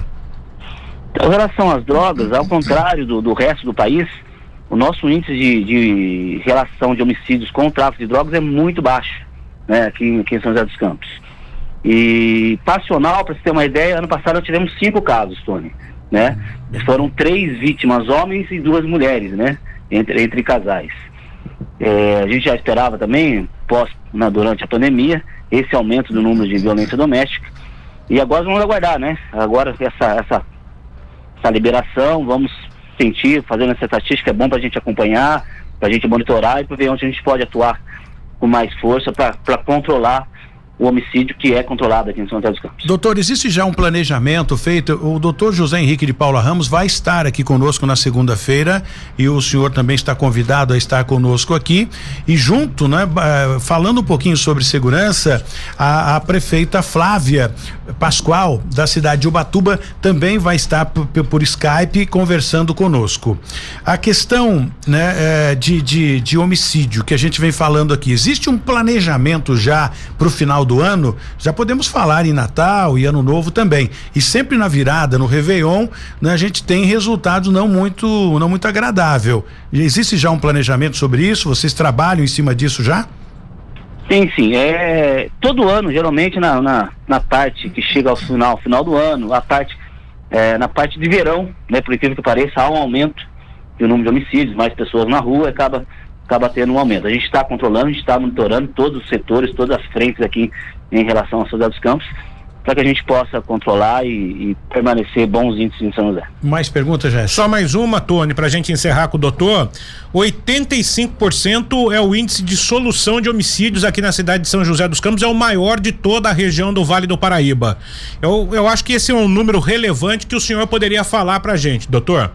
Em relação às drogas, ao contrário do, do resto do país, o nosso índice de, de relação de homicídios com o tráfico de drogas é muito baixo, né, aqui, aqui em São José dos Campos. E passional, para você ter uma ideia, ano passado nós tivemos cinco casos, Tony, né? Foram três vítimas, homens e duas mulheres, né? Entre, entre casais. É, a gente já esperava também, pós, na, durante a pandemia, esse aumento do número de violência doméstica. E agora vamos aguardar, né? Agora essa, essa, essa liberação, vamos sentir, fazendo essa estatística, é bom para a gente acompanhar, para a gente monitorar e para ver onde a gente pode atuar com mais força para controlar o homicídio que é controlado aqui em São José dos Campos. Doutor, existe já um planejamento feito? O doutor José Henrique de Paula Ramos vai estar aqui conosco na segunda-feira e o senhor também está convidado a estar conosco aqui e junto, né, falando um pouquinho sobre segurança, a, a prefeita Flávia Pascoal da cidade de Ubatuba também vai estar por, por Skype conversando conosco. A questão, né, de, de, de homicídio que a gente vem falando aqui, existe um planejamento já para o final do ano? Já podemos falar em Natal e Ano Novo também, e sempre na virada, no Réveillon, né, a gente tem resultados não muito, não muito agradável. Existe já um planejamento sobre isso? Vocês trabalham em cima disso já? Sim, sim, é, todo ano, geralmente na, na, na parte que chega ao final, final do ano, a parte, é, na parte de verão, né, por incrível que pareça, há um aumento do número de homicídios, mais pessoas na rua, acaba acaba tendo um aumento. A gente está controlando, a gente está monitorando todos os setores, todas as frentes aqui em relação à São José dos Campos, para que a gente possa controlar e, e permanecer bons índices em São José. Mais perguntas, Jéssica? Só mais uma, Tony, para a gente encerrar com o doutor. oitenta e cinco por cento é o índice de solução de homicídios aqui na cidade de São José dos Campos, é o maior de toda a região do Vale do Paraíba. Eu, eu acho que esse é um número relevante que o senhor poderia falar para a gente, doutor.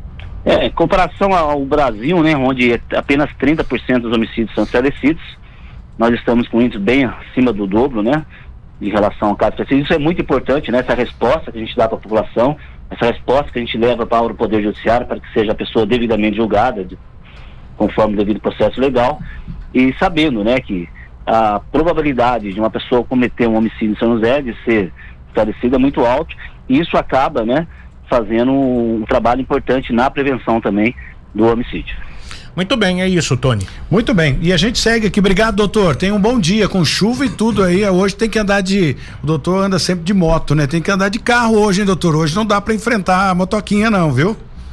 É, em comparação ao Brasil, né, onde apenas trinta por cento dos homicídios são esclarecidos, nós estamos com um índice bem acima do dobro, né, em relação ao caso de Isso é muito importante, né, essa resposta que a gente dá para a população, essa resposta que a gente leva para o Poder Judiciário para que seja a pessoa devidamente julgada, de, conforme o devido processo legal, e sabendo, né, que a probabilidade de uma pessoa cometer um homicídio em São José de ser esclarecida é muito alto, e isso acaba, né, fazendo um trabalho importante na prevenção também do homicídio. Muito bem, é isso, Tony. Muito bem, e a gente segue aqui. Obrigado, doutor. Tenha um bom dia, com chuva e tudo aí. Hoje tem que andar de, o doutor anda sempre de moto, né? Tem que andar de carro hoje, hein, doutor? Hoje não dá para enfrentar a motoquinha não, viu?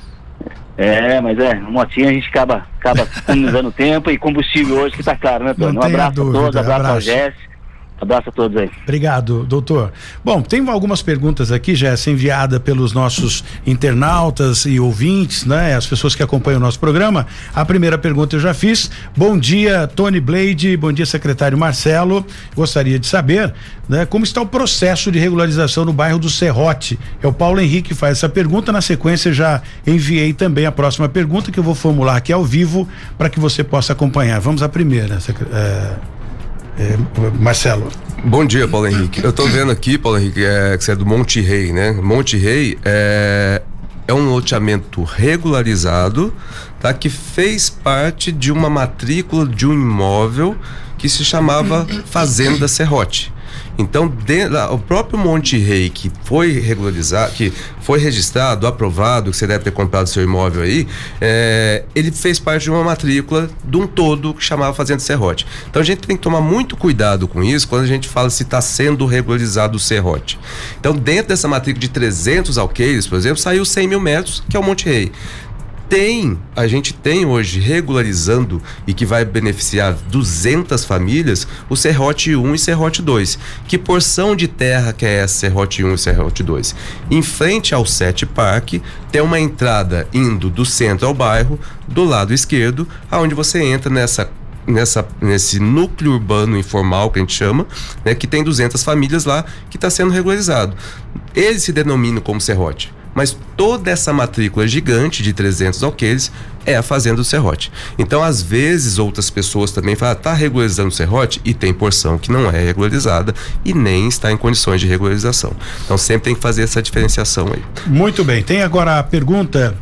É, mas é, motinha a gente acaba, acaba economizando tempo e combustível hoje que tá caro, né, Tony? Um abraço dúvida, a todos, abraço, abraço ao Jesse Abraço a todos aí. Obrigado, doutor. Bom, tem algumas perguntas aqui, já enviada pelos nossos internautas e ouvintes, né? As pessoas que acompanham o nosso programa. A primeira pergunta eu já fiz. Bom dia, Tony Blade. Bom dia, secretário Marcelo. Gostaria de saber, né, como está o processo de regularização no bairro do Serrote. É o Paulo Henrique que faz essa pergunta. Na sequência, já enviei também a próxima pergunta que eu vou formular aqui ao vivo para que você possa acompanhar. Vamos à primeira, secretário. É... É, Marcelo. Bom dia, Paulo Henrique. Eu tô vendo aqui, Paulo Henrique, é, que você é do Monte Rei, né? Monte Rei é, é um loteamento regularizado, tá? Que fez parte de uma matrícula de um imóvel que se chamava Fazenda Serrote. Então, de, o próprio Monte Rei, que foi regularizado, que foi registrado, aprovado, que você deve ter comprado seu imóvel aí, é, ele fez parte de uma matrícula de um todo que chamava Fazenda Serrote. Então, a gente tem que tomar muito cuidado com isso quando a gente fala se está sendo regularizado o Serrote. Então, dentro dessa matrícula de trezentos alqueires, por exemplo, saiu cem mil metros, que é o Monte Rei. Tem, a gente tem hoje regularizando e que vai beneficiar duzentas famílias, o Serrote um e Serrote dois. Que porção de terra que é essa Serrote um e Serrote dois? Em frente ao Sete Parque, tem uma entrada indo do centro ao bairro, do lado esquerdo, aonde você entra nessa Nessa, nesse núcleo urbano informal que a gente chama, né, que tem duzentas famílias lá que está sendo regularizado. Ele se denomina como Serrote, mas toda essa matrícula gigante de trezentos alqueires é a Fazenda do Serrote. Então, às vezes, outras pessoas também falam, tá regularizando o Serrote, e tem porção que não é regularizada e nem está em condições de regularização. Então, sempre tem que fazer essa diferenciação aí. Muito bem, tem agora a pergunta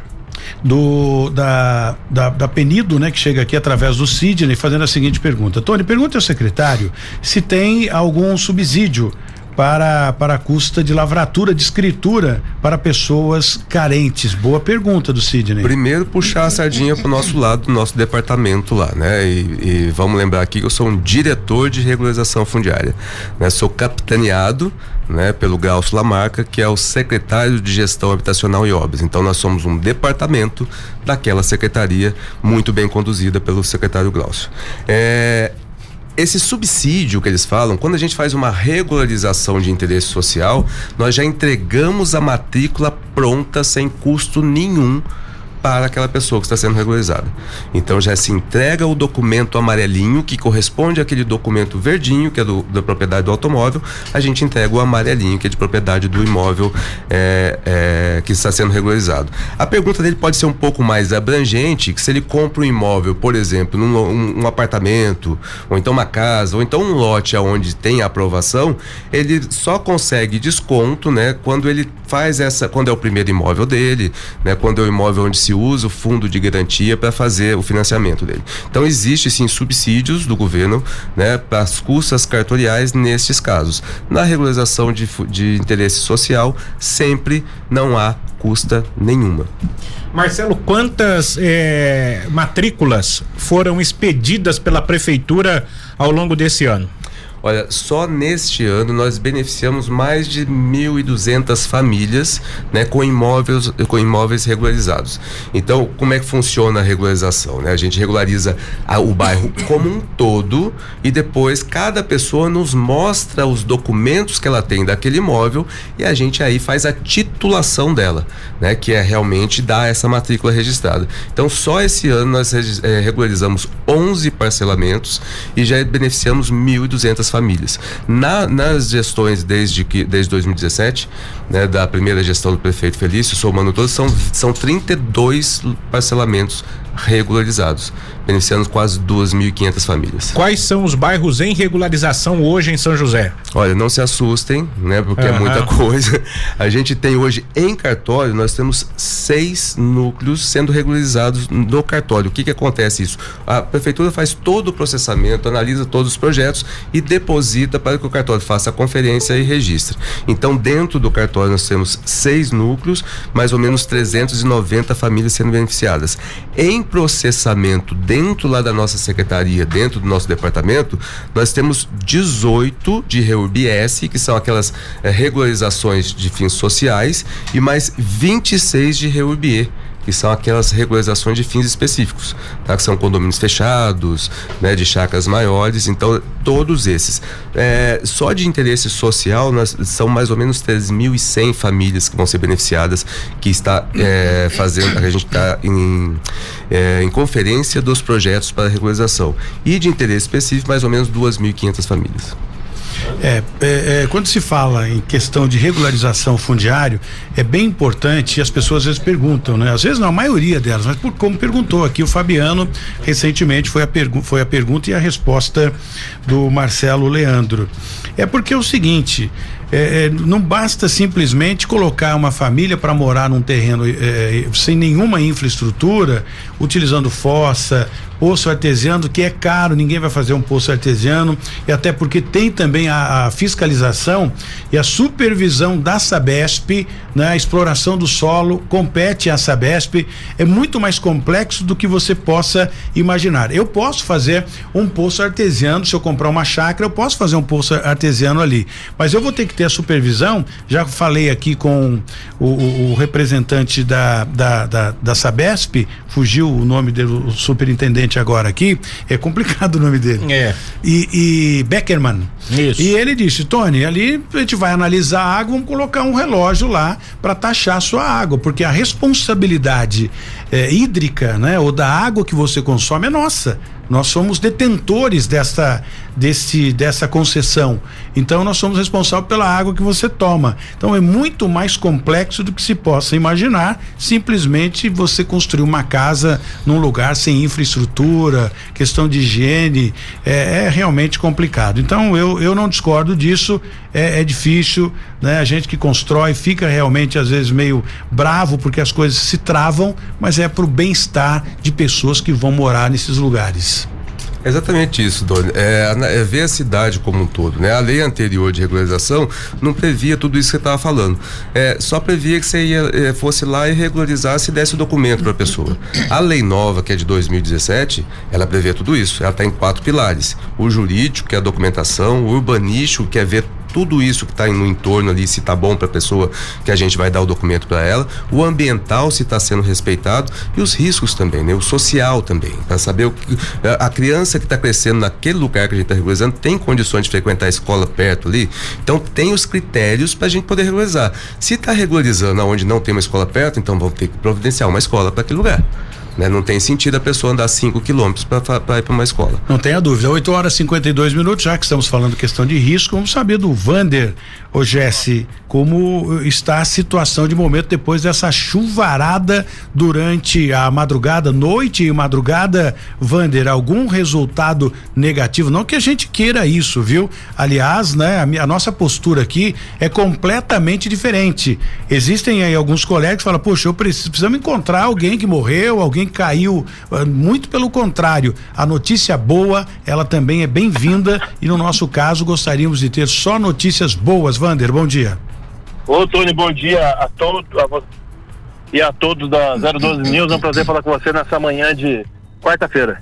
do da, da, da Penido, né, que chega aqui através do Sidney, fazendo a seguinte pergunta. Tony, pergunta ao secretário se tem algum subsídio para, para a custa de lavratura, de escritura para pessoas carentes. Boa pergunta do Sidney. Primeiro, puxar a sardinha para o nosso lado, do nosso departamento lá, né? E, e vamos lembrar aqui que eu sou um diretor de regularização fundiária, né? Sou capitaneado, né, pelo Glaucio Lamarca, que é o secretário de Gestão Habitacional e Obras. Então, nós somos um departamento daquela secretaria, muito bem conduzida pelo secretário Glaucio. É... Esse subsídio que eles falam, quando a gente faz uma regularização de interesse social, nós já entregamos a matrícula pronta, sem custo nenhum, para aquela pessoa que está sendo regularizada. Então já se entrega o documento amarelinho, que corresponde àquele documento verdinho, que é do, da propriedade do automóvel, a gente entrega o amarelinho, que é de propriedade do imóvel é, é, que está sendo regularizado. A pergunta dele pode ser um pouco mais abrangente, que se ele compra um imóvel, por exemplo, num, um, um apartamento, ou então uma casa, ou então um lote onde tem aprovação, ele só consegue desconto, né, quando ele faz essa, quando é o primeiro imóvel dele, né, quando é o imóvel onde se usa o fundo de garantia para fazer o financiamento dele. Então existe sim subsídios do governo, né, para as custas cartoriais nestes casos. Na regularização de, de interesse social, sempre não há custa nenhuma. Marcelo, quantas é, matrículas foram expedidas pela prefeitura ao longo desse ano? Olha, só neste ano nós beneficiamos mais de mil e duzentas famílias, né, com imóveis, com imóveis regularizados. Então, como é que funciona a regularização, né? A gente regulariza a, o bairro como um todo e depois cada pessoa nos mostra os documentos que ela tem daquele imóvel e a gente aí faz a titulação dela, né, que é realmente dar essa matrícula registrada. Então, só esse ano nós é, regularizamos onze parcelamentos e já beneficiamos mil e duzentas famílias. Na, nas gestões desde, que, desde dois mil e dezessete, né, da primeira gestão do prefeito Felício, somando todos, são, são trinta e dois parcelamentos regularizados, beneficiando quase duas mil e quinhentas famílias. Quais são os bairros em regularização hoje em São José? Olha, não se assustem, né, porque uhum. é muita coisa. A gente tem hoje em cartório, nós temos seis núcleos sendo regularizados no cartório. O que que acontece isso? A prefeitura faz todo o processamento, analisa todos os projetos e deposita para que o cartório faça a conferência e registre. Então, dentro do cartório nós temos seis núcleos, mais ou menos trezentas e noventa famílias sendo beneficiadas. Em processamento dentro lá da nossa secretaria, dentro do nosso departamento, nós temos dezoito de R E U R B S, que são aquelas eh, regularizações de fins sociais, e mais vinte e seis de R E U R B E, que são aquelas regularizações de fins específicos, tá? Que são condomínios fechados, né? De chácaras maiores, então todos esses. É, só de interesse social, nós, são mais ou menos três mil e cem famílias que vão ser beneficiadas, que está é, fazendo, a gente está em, é, em conferência dos projetos para regularização. E de interesse específico, mais ou menos duas mil e quinhentas famílias. É, é, é, quando se fala em questão de regularização fundiário, é bem importante, e as pessoas às vezes perguntam, né? Às vezes não, a maioria delas, mas por, como perguntou aqui o Fabiano, recentemente foi a, pergu- foi a pergunta e a resposta do Marcelo Leandro. É porque é o seguinte, é, é, não basta simplesmente colocar uma família para morar num terreno é, sem nenhuma infraestrutura, utilizando fossa, poço artesiano, que é caro, ninguém vai fazer um poço artesiano, e até porque tem também a, a fiscalização e a supervisão da Sabesp, né? A exploração do solo compete à Sabesp, é muito mais complexo do que você possa imaginar. Eu posso fazer um poço artesiano, se eu comprar uma chácara, eu posso fazer um poço artesiano ali, mas eu vou ter que ter a supervisão. Já falei aqui com o, o, o representante da, da, da, da Sabesp, fugiu o nome dele, o superintendente agora aqui, é complicado o nome dele. É. E, e Beckerman. Isso. E ele disse, Tony, ali a gente vai analisar a água, vamos colocar um relógio lá para taxar a sua água, porque a responsabilidade é, hídrica, né, ou da água que você consome é nossa. Nós somos detentores dessa, desse, dessa concessão. Então nós somos responsáveis pela água que você toma. Então é muito mais complexo do que se possa imaginar, simplesmente você construir uma casa num lugar sem infraestrutura, questão de higiene, é, é realmente complicado. Então eu, eu não discordo disso, é, é difícil, né? A gente que constrói fica realmente às vezes meio bravo porque as coisas se travam, mas é pro bem-estar de pessoas que vão morar nesses lugares. Exatamente isso, Doni. É, é ver a cidade como um todo, né? A lei anterior de regularização não previa tudo isso que você estava falando. É, só previa que você ia, é, fosse lá e regularizasse e desse o documento para a pessoa. A lei nova, que é de dois mil e dezessete, ela prevê tudo isso. Ela está em quatro pilares: o jurídico, que é a documentação; o urbanístico, que é ver tudo isso que está no entorno ali, se está bom para a pessoa, que a gente vai dar o documento para ela; o ambiental, se está sendo respeitado; e os riscos também, né? O social também, para saber o que a criança que está crescendo naquele lugar que a gente está regularizando tem condições de frequentar a escola perto ali. Então tem os critérios para a gente poder regularizar. Se está regularizando aonde não tem uma escola perto, então vamos ter que providenciar uma escola para aquele lugar. Né? Não tem sentido a pessoa andar cinco quilômetros para ir para uma escola. Não tenha dúvida. oito horas e cinquenta e dois minutos, já que estamos falando questão de risco, vamos saber do Vander, ô Jesse, como está a situação de momento depois dessa chuvarada durante a madrugada, noite e madrugada. Vander, algum resultado negativo? Não que a gente queira isso, viu? Aliás, né, a, minha, a nossa postura aqui é completamente diferente. Existem aí alguns colegas que falam, poxa, eu preciso, precisamos encontrar alguém que morreu, alguém que caiu. Muito pelo contrário, a notícia boa, ela também é bem-vinda, e no nosso caso gostaríamos de ter só notícias boas. Vander, bom dia. Ô Tony, bom dia a todos a você e a todos da zero doze News. É um prazer falar com você nessa manhã de quarta-feira.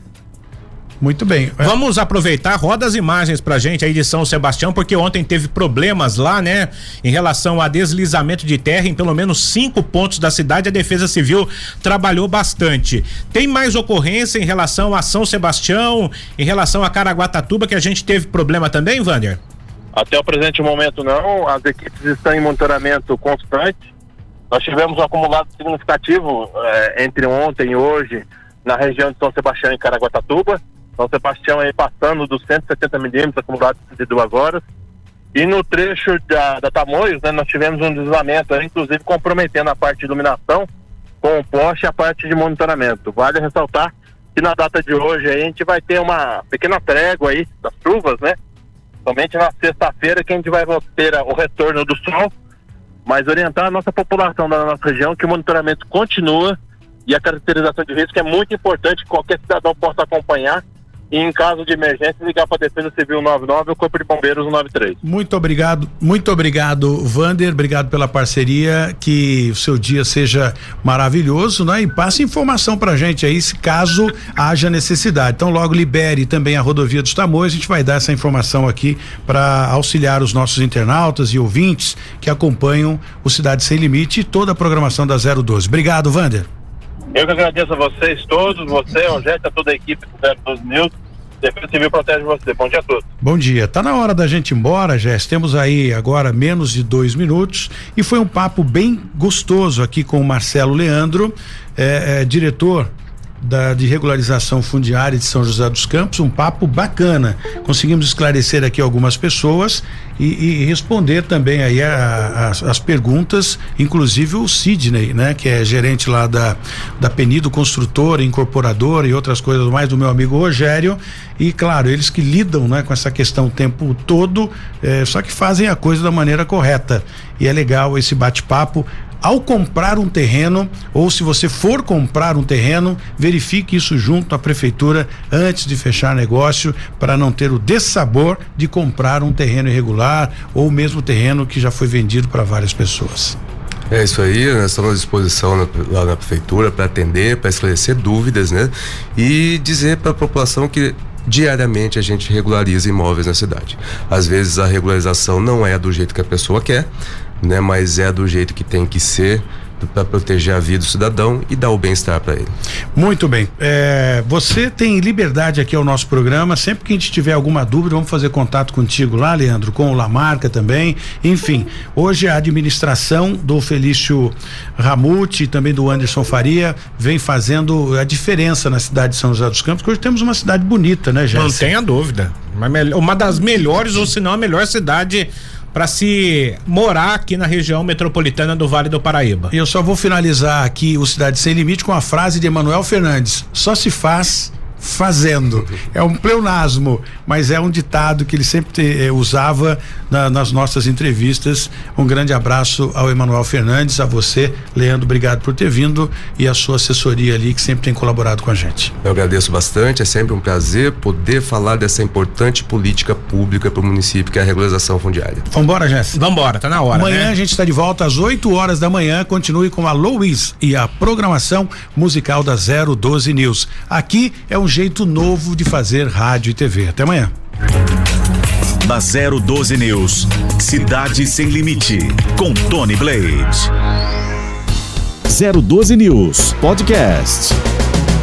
Muito bem. Vamos aproveitar, roda as imagens pra gente aí de São Sebastião, porque ontem teve problemas lá, né? Em relação a deslizamento de terra em pelo menos cinco pontos da cidade. A Defesa Civil trabalhou bastante. Tem mais ocorrência em relação a São Sebastião, em relação a Caraguatatuba, que a gente teve problema também, Vander? Até o presente momento não, as equipes estão em monitoramento constante. Nós tivemos um acumulado significativo eh, entre ontem e hoje na região de São Sebastião e Caraguatatuba. São Sebastião aí passando dos cento e setenta milímetros acumulados de duas horas. E no trecho da, da Tamoios, né, nós tivemos um deslizamento, aí, inclusive comprometendo a parte de iluminação com o poste e a parte de monitoramento. Vale ressaltar que na data de hoje aí, a gente vai ter uma pequena trégua aí das chuvas, né? Somente na sexta-feira que a gente vai ter o retorno do sol, mas orientar a nossa população da nossa região que o monitoramento continua e a caracterização de risco é muito importante que qualquer cidadão possa acompanhar e, em caso de emergência, ligar para a Defesa Civil nove nove ou o Corpo de Bombeiros nove três. Muito obrigado, muito obrigado, Vander, obrigado pela parceria, que o seu dia seja maravilhoso, né? E passe informação pra gente aí, se caso haja necessidade. Então logo libere também a rodovia dos Tamoios, a gente vai dar essa informação aqui para auxiliar os nossos internautas e ouvintes que acompanham o Cidade Sem Limite e toda a programação da zero doze. Obrigado, Vander. Eu que agradeço a vocês todos, você, Rogério, a toda a equipe do zero doze News. Defesa Civil protege você. Bom dia a todos. Bom dia. Tá na hora da gente ir embora, Jess. Temos aí agora menos de dois minutos e foi um papo bem gostoso aqui com o Marcelo Leandro, é, é, diretor Da, de regularização fundiária de São José dos Campos, um papo bacana. Conseguimos esclarecer aqui algumas pessoas e, e responder também aí a, a, as, as perguntas, inclusive o Sidney, né, que é gerente lá da da Penido Construtora, Incorporadora e outras coisas mais, do meu amigo Rogério. E claro, eles que lidam, né, com essa questão o tempo todo, é, só que fazem a coisa da maneira correta. E é legal esse bate-papo. Ao comprar um terreno, ou se você for comprar um terreno, verifique isso junto à prefeitura antes de fechar negócio, para não ter o dessabor de comprar um terreno irregular ou mesmo terreno que já foi vendido para várias pessoas. É isso aí, nós estamos à disposição na, lá na prefeitura para atender, para esclarecer dúvidas, né? E dizer para a população que diariamente a gente regulariza imóveis na cidade. Às vezes a regularização não é do jeito que a pessoa quer, né? Mas é do jeito que tem que ser, para proteger a vida do cidadão e dar o bem-estar para ele. Muito bem. É, você tem liberdade aqui ao nosso programa. Sempre que a gente tiver alguma dúvida, vamos fazer contato contigo lá, Leandro, com o Lamarca também. Enfim, hoje a administração do Felício Ramute e também do Anderson Faria vem fazendo a diferença na cidade de São José dos Campos, porque hoje temos uma cidade bonita, né, Jéssica? Não tenha dúvida. Uma, uma das melhores, ou se não a melhor cidade para se morar aqui na região metropolitana do Vale do Paraíba. E eu só vou finalizar aqui o Cidade Sem Limite com a frase de Emanuel Fernandes: só se faz fazendo. É um pleonasmo, mas é um ditado que ele sempre te, eh, usava na, nas nossas entrevistas. Um grande abraço ao Emanuel Fernandes, a você, Leandro, obrigado por ter vindo, e a sua assessoria ali que sempre tem colaborado com a gente. Eu agradeço bastante, é sempre um prazer poder falar dessa importante política pública para o município, que é a regularização fundiária. Vambora, Jéssica? Vambora, tá na hora, Amanhã né? A gente está de volta às oito horas da manhã. Continue com a Louise e a programação musical da zero doze News. Aqui é um jeito novo de fazer rádio e T V. Até amanhã. Da zero doze News, Cidade Sem Limite, com Tony Blade. zero doze News Podcast.